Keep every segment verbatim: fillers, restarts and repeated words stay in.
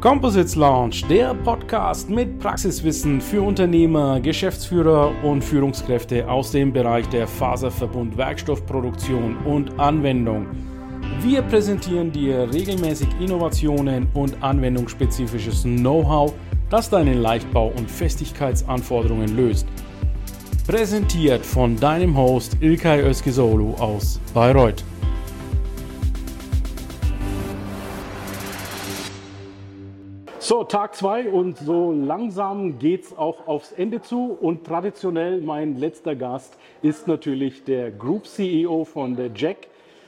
Composites Lounge, der Podcast mit Praxiswissen für Unternehmer, Geschäftsführer und Führungskräfte aus dem Bereich der Faserverbund, Werkstoffproduktion und Anwendung. Wir präsentieren dir regelmäßig Innovationen und anwendungsspezifisches Know-how, das deine Leichtbau- und Festigkeitsanforderungen löst. Präsentiert von deinem Host İlkay Özkizoğlu aus Bayreuth. So, Tag zwei und so langsam geht es auch aufs Ende zu und traditionell mein letzter Gast ist natürlich der Group C E O von der Jack,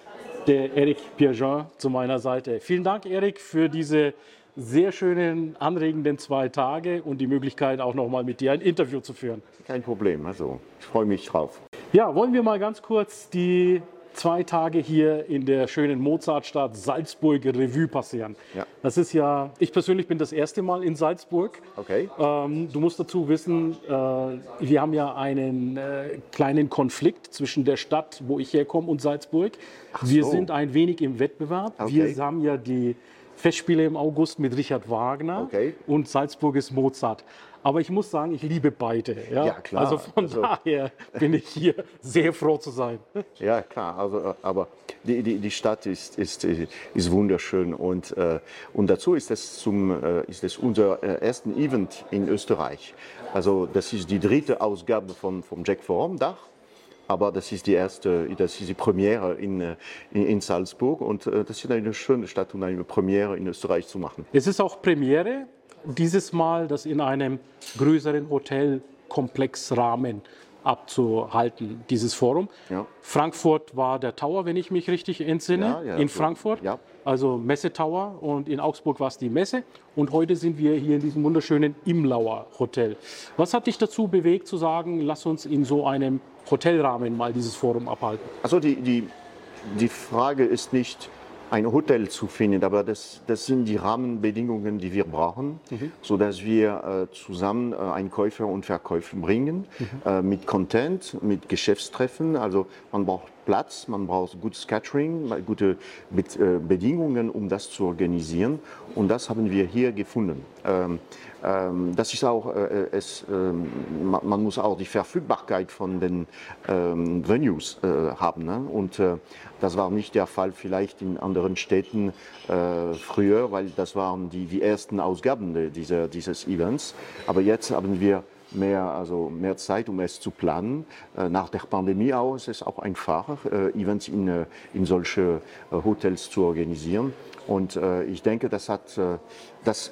der Eric Pierjean zu meiner Seite. Vielen Dank, Eric, für diese sehr schönen, anregenden zwei Tage und die Möglichkeit auch nochmal mit dir ein Interview zu führen. Kein Problem, also ich freue mich drauf. Ja, wollen wir mal ganz kurz die zwei Tage hier in der schönen Mozartstadt Salzburg Revue passieren. Ja. Das ist ja, ich persönlich bin das erste Mal in Salzburg. Okay. Ähm, du musst dazu wissen, äh, wir haben ja einen äh, kleinen Konflikt zwischen der Stadt, wo ich herkomme, und Salzburg. Ach wir so. sind ein wenig im Wettbewerb. Okay. Wir haben ja die Festspiele im August mit Richard Wagner Okay. und Salzburg ist Mozart. Aber ich muss sagen, ich liebe beide. Ja, Ja, klar. Also von Also- daher bin ich hier sehr froh zu sein. Ja, klar, also, aber die, die, die Stadt ist, ist, ist wunderschön und, äh, und dazu ist es, zum, äh, ist es unser äh, ersten Event in Österreich. Also das ist die dritte Ausgabe von, vom Jack Forum Dach. Aber das ist die erste, das ist die Premiere in, äh, in, in Salzburg und äh, das ist eine schöne Stadt, um eine Premiere in Österreich zu machen. Es ist auch Premiere, dieses Mal das in einem größeren Hotelkomplexrahmen abzuhalten, dieses Forum. Ja. Frankfurt war der Tower, wenn ich mich richtig entsinne, Ja, ja, in so, Frankfurt, ja. also Messe-Tower, und in Augsburg war es die Messe und heute sind wir hier in diesem wunderschönen Imlauer Hotel. Was hat dich dazu bewegt zu sagen, lass uns in so einem Hotelrahmen mal dieses Forum abhalten? Also die, die, die Frage ist nicht, ein Hotel zu finden, aber das, das sind die Rahmenbedingungen, die wir brauchen, mhm. sodass wir äh, zusammen äh, Einkäufer und Verkäufer bringen, mhm. äh, mit Content, mit Geschäftstreffen. Also man braucht Platz, man braucht gutes Catering, gute Be äh, Bedingungen, um das zu organisieren. Und das haben wir hier gefunden. Ähm, ähm, das ist auch, äh, es, ähm, man, man muss auch die Verfügbarkeit von den ähm, Venues äh, haben. Ne? Und äh, das war nicht der Fall vielleicht in anderen Städten äh, früher, weil das waren die, die ersten Ausgaben dieser, dieses Events. Aber jetzt haben wir mehr, also mehr Zeit, um es zu planen. Äh, nach der Pandemie auch ist es auch einfacher, äh, Events in, äh, in solche äh, Hotels zu organisieren. Und äh, ich denke, das hat, äh, das,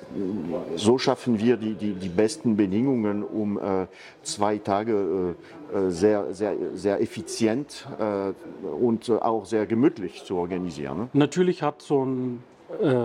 so schaffen wir die, die, die besten Bedingungen, um äh, zwei Tage äh, sehr, sehr, sehr effizient äh, und äh, auch sehr gemütlich zu organisieren. Ne? Natürlich hat so ein äh,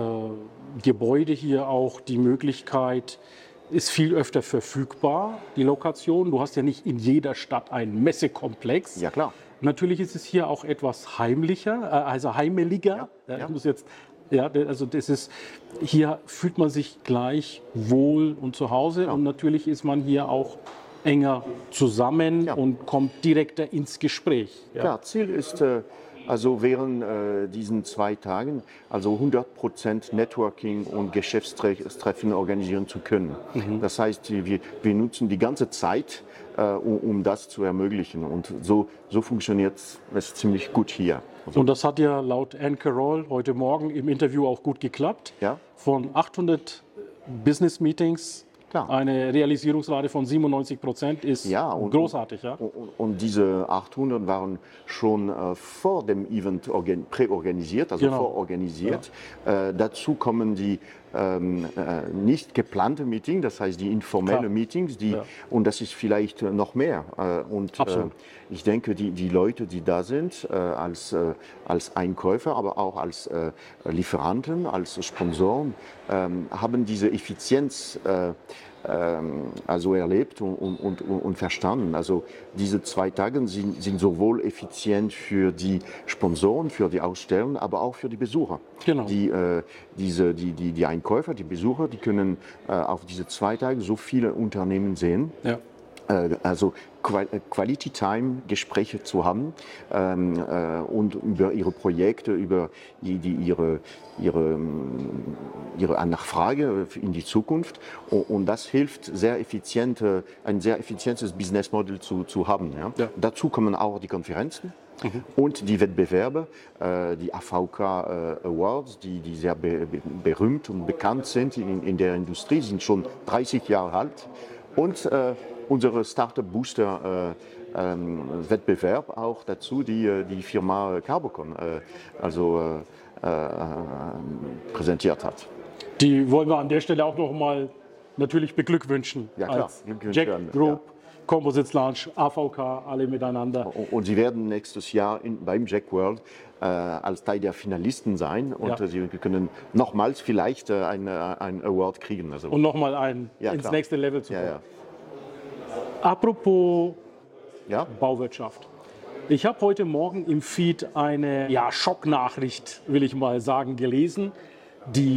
Gebäude hier auch die Möglichkeit, ist viel öfter verfügbar, die Lokation. Du hast ja nicht in jeder Stadt einen Messekomplex. Ja, klar. Natürlich ist es hier auch etwas heimlicher, äh, also heimeliger. Ja, Ich ja. muss jetzt, ja, also das ist, hier fühlt man sich gleich wohl und zu Hause, Ja. und natürlich ist man hier auch enger zusammen Ja. und kommt direkter ins Gespräch. Ja. Ja, Ziel ist, äh, also während äh, diesen zwei Tagen, also hundert Prozent Networking und Geschäftstreffen organisieren zu können. Mhm. Das heißt, wir, wir nutzen die ganze Zeit, äh, um, um das zu ermöglichen. Und so, so funktioniert es ziemlich gut hier. Und das hat ja laut Ann Carroll heute Morgen im Interview auch gut geklappt. Ja. Von achthundert Business Meetings, Klar. eine Realisierungsrate von siebenundneunzig Prozent ist Ja, und- großartig. Ja? Und, und diese achthundert waren schon äh, vor dem Event organ- präorganisiert, also Genau. vororganisiert. Äh, dazu kommen die ähm, äh, nicht geplante Meetings, das heißt die informelle Klar. Meetings, die, Ja. und das ist vielleicht äh, noch mehr. Äh, und äh, Absolut. ich denke, die, die Leute, die da sind, äh, als, äh, als Einkäufer, aber auch als äh, Lieferanten, als Sponsoren, ähm, haben diese Effizienz äh, ähm, also erlebt und, und, und, und verstanden. Also diese zwei Tage sind, sind sowohl effizient für die Sponsoren, für die Aussteller, aber auch für die Besucher. Genau. Die, äh, diese, die, die, die Einkäufer, die Besucher, die können äh, auf diese zwei Tage so viele Unternehmen sehen. Ja. Also Quality Time Gespräche zu haben ähm, äh, und über ihre Projekte, über die, die ihre, ihre, ihre Nachfrage in die Zukunft. Und, und das hilft, sehr effiziente, ein sehr effizientes Businessmodell zu, zu haben. Ja? Ja. Dazu kommen auch die Konferenzen. Mhm. Und die Wettbewerbe, äh, die A V K äh, Awards, die, die sehr be berühmt und bekannt sind in, in der Industrie, sind schon dreißig Jahre alt. Und äh, unsere Startup Booster äh, ähm, Wettbewerb auch dazu, die die Firma Carbocon äh, also äh, äh, präsentiert hat. Die wollen wir an der Stelle auch noch mal natürlich beglückwünschen. Ja, klar. Als Jack Group, ja. Composites Launch, A V K, alle miteinander. Und, und sie werden nächstes Jahr in, beim Jack World äh, als Teil der Finalisten sein und ja. äh, sie können nochmals vielleicht äh, ein, ein Award kriegen. Also. Und nochmal ein ja, ins klar. nächste Level zu kommen. Ja, ja. Apropos ja? Bauwirtschaft. Ich habe heute Morgen im Feed eine ja, Schocknachricht, will ich mal sagen, gelesen. Die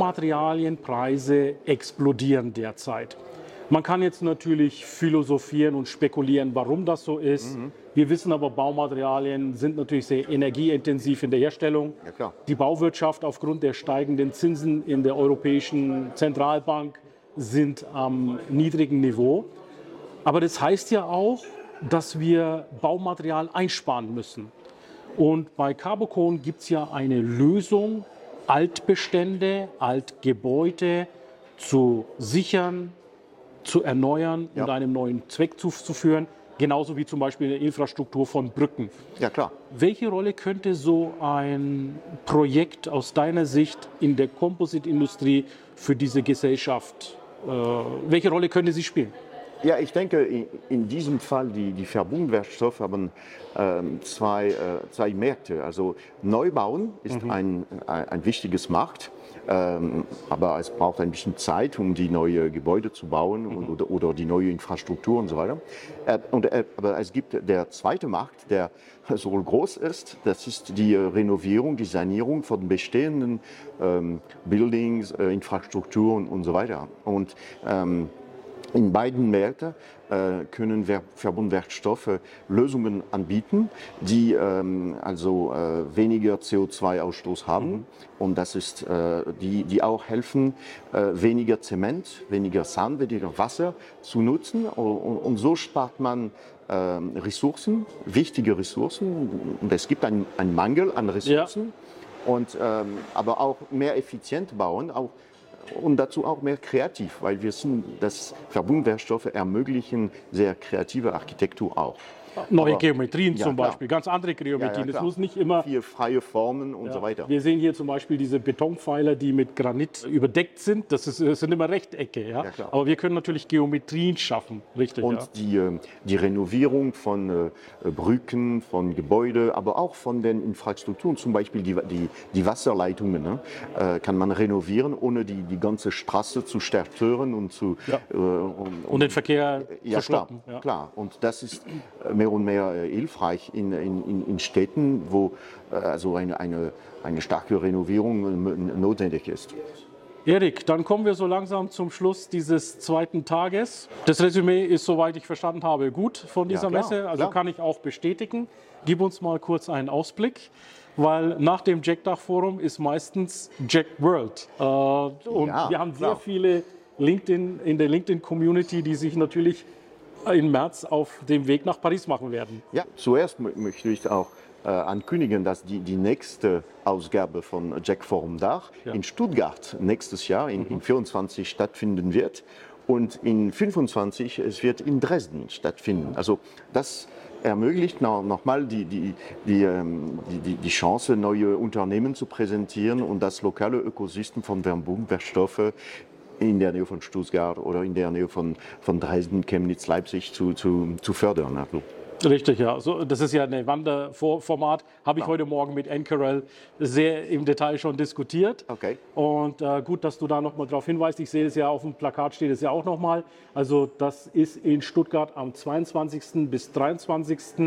Baumaterialienpreise explodieren derzeit. Man kann jetzt natürlich philosophieren und spekulieren, warum das so ist. Mhm. Wir wissen aber, Baumaterialien sind natürlich sehr energieintensiv in der Herstellung. Ja, klar. Die Bauwirtschaft aufgrund der steigenden Zinsen in der Europäischen Zentralbank sind am niedrigen Niveau. Aber das heißt ja auch, dass wir Baumaterial einsparen müssen. Und bei Carbocon gibt es ja eine Lösung, Altbestände, Altgebäude zu sichern, zu erneuern ja. und einem neuen Zweck zuzuführen. Genauso wie zum Beispiel in der Infrastruktur von Brücken. Ja, klar. Welche Rolle könnte so ein Projekt aus deiner Sicht in der Composite-Industrie für diese Gesellschaft, äh, welche Rolle könnte sie spielen? Ja, ich denke, in, in diesem Fall, die, die Verbundwerkstoffe haben ähm, zwei, äh, zwei Märkte. Also Neubauen ist mhm. ein, ein, ein wichtiges Markt, ähm, aber es braucht ein bisschen Zeit, um die neuen Gebäude zu bauen mhm. und, oder, oder die neue Infrastruktur und so weiter. Äh, und, äh, aber es gibt der zweite Markt, der so groß ist, das ist die äh, Renovierung, die Sanierung von bestehenden ähm, Buildings, äh, Infrastrukturen und so weiter. Und ähm, in beiden Märkten äh, können Verbundwerkstoffe Lösungen anbieten, die ähm, also äh, weniger C O zwei Ausstoß haben mhm. und das ist, äh, die, die auch helfen, äh, weniger Zement, weniger Sand, weniger Wasser zu nutzen und, und so spart man äh, Ressourcen, wichtige Ressourcen und es gibt einen, einen Mangel an Ressourcen ja. und ähm, aber auch mehr effizient bauen, auch und dazu auch mehr kreativ, weil wir sind, dass Verbundwerkstoffe ermöglichen sehr kreative Architektur auch. Neue Aber, Geometrien ja, zum Beispiel, klar. ganz andere Geometrien. Ja, ja, das muss nicht immer. Vier freie Formen und ja. so weiter. Wir sehen hier zum Beispiel diese Betonpfeiler, die mit Granit überdeckt sind. Das, ist, das sind immer Rechtecke. Ja? Ja, Aber wir können natürlich Geometrien schaffen, richtig. Und ja. die, die Renovierung von äh, Brücken, von Gebäuden, aber auch von den Infrastrukturen, zum Beispiel die, die, die Wasserleitungen, ne? äh, kann man renovieren, ohne die, die ganze Straße zu zerstören und zu. Ja. Äh, und, und den Verkehr ja, zu stoppen. Klar, ja, klar. Und das ist äh, mehr und mehr äh, hilfreich in, in, in Städten, wo äh, also eine, eine, eine starke Renovierung äh, notwendig ist. Erik, dann kommen wir so langsam zum Schluss dieses zweiten Tages. Das Resümee ist, soweit ich verstanden habe, gut von dieser ja, klar, Messe. Also klar. Kann ich auch bestätigen. Gib uns mal kurz einen Ausblick, weil nach dem JECDAC-Forum ist meistens Jack World. Äh, und ja, wir haben sehr klar. viele LinkedIn in der LinkedIn-Community, die sich natürlich im März auf dem Weg nach Paris machen werden. Ja, zuerst möchte ich auch äh, ankündigen, dass die, die nächste Ausgabe von Jack Forum Dach ja. in Stuttgart nächstes Jahr in, mhm. in vierundzwanzig stattfinden wird und in fünfundzwanzig es wird in Dresden stattfinden. Also das ermöglicht noch, noch mal die, die, die, die, die Chance, neue Unternehmen zu präsentieren und das lokale Ökosystem von Verbundwerkstoffe in der Nähe von Stuttgart oder in der Nähe von, von Dresden, Chemnitz, Leipzig zu, zu, zu fördern. Also. Richtig, ja. So, das ist ja ein Wanderformat. Habe ich ja. heute Morgen mit Encarel sehr im Detail schon diskutiert. Okay. Und äh, gut, dass du da nochmal darauf hinweist. Ich sehe es ja auf dem Plakat, steht es ja auch nochmal. Also das ist in Stuttgart am zweiundzwanzigsten bis dreiundzwanzigsten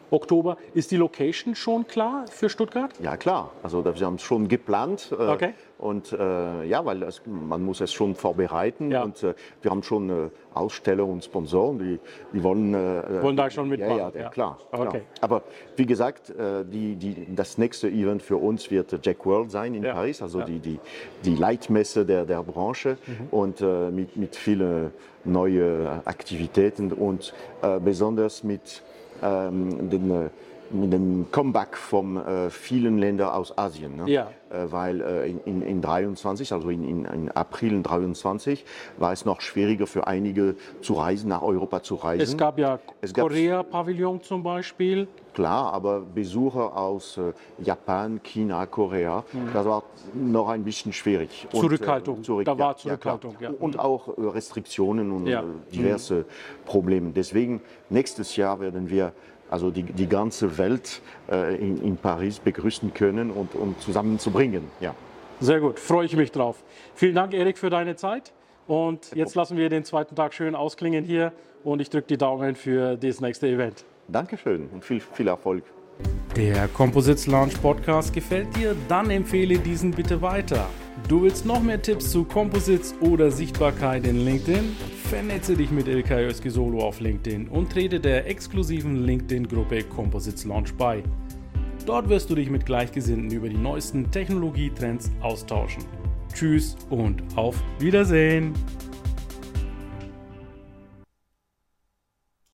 Oktober. Ist die Location schon klar für Stuttgart? Ja klar, also wir haben es schon geplant. Äh, Okay. Und äh, ja, weil es, man muss es schon vorbereiten. Ja. Und äh, wir haben schon äh, Aussteller und Sponsoren, die, die wollen... Äh, Wollen da schon mitmachen? Ja, ja, Ja. klar. klar. Okay. Aber wie gesagt, äh, die, die, das nächste Event für uns wird äh, Jack World sein in Ja. Paris, also Ja. die, die, die Leitmesse der, der Branche Mhm. und äh, mit, mit vielen neuen Aktivitäten und äh, besonders mit ähm, den... Äh, mit dem Comeback von äh, vielen Ländern aus Asien. Ne? Ja. Äh, weil äh, in, in dreiundzwanzig, also in, in, in April dreiundzwanzig, war es noch schwieriger für einige zu reisen, nach Europa zu reisen. Es gab ja Es gab- Korea-Pavillon zum Beispiel. Klar, aber Besucher aus äh, Japan, China, Korea, das war noch ein bisschen schwierig. Und, Zurückhaltung. zurück- Da war klar. Zurückhaltung, ja. Und auch äh, Restriktionen und Ja. äh, diverse Probleme. Deswegen, nächstes Jahr werden wir also die, die ganze Welt äh, in, in Paris begrüßen können und, und zusammenzubringen. Ja. Sehr gut, freue ich mich drauf. Vielen Dank, Erik, für deine Zeit. Und jetzt lassen wir den zweiten Tag schön ausklingen hier. Und ich drücke die Daumen für das nächste Event. Dankeschön und viel, viel Erfolg. Der Composites Launch Podcast gefällt dir? Dann empfehle diesen bitte weiter. Du willst noch mehr Tipps zu Composites oder Sichtbarkeit in LinkedIn? Vernetze dich mit Ilkay Özki-Solo auf LinkedIn und trete der exklusiven LinkedIn-Gruppe Composites Launch bei. Dort wirst du dich mit Gleichgesinnten über die neuesten Technologietrends austauschen. Tschüss und auf Wiedersehen!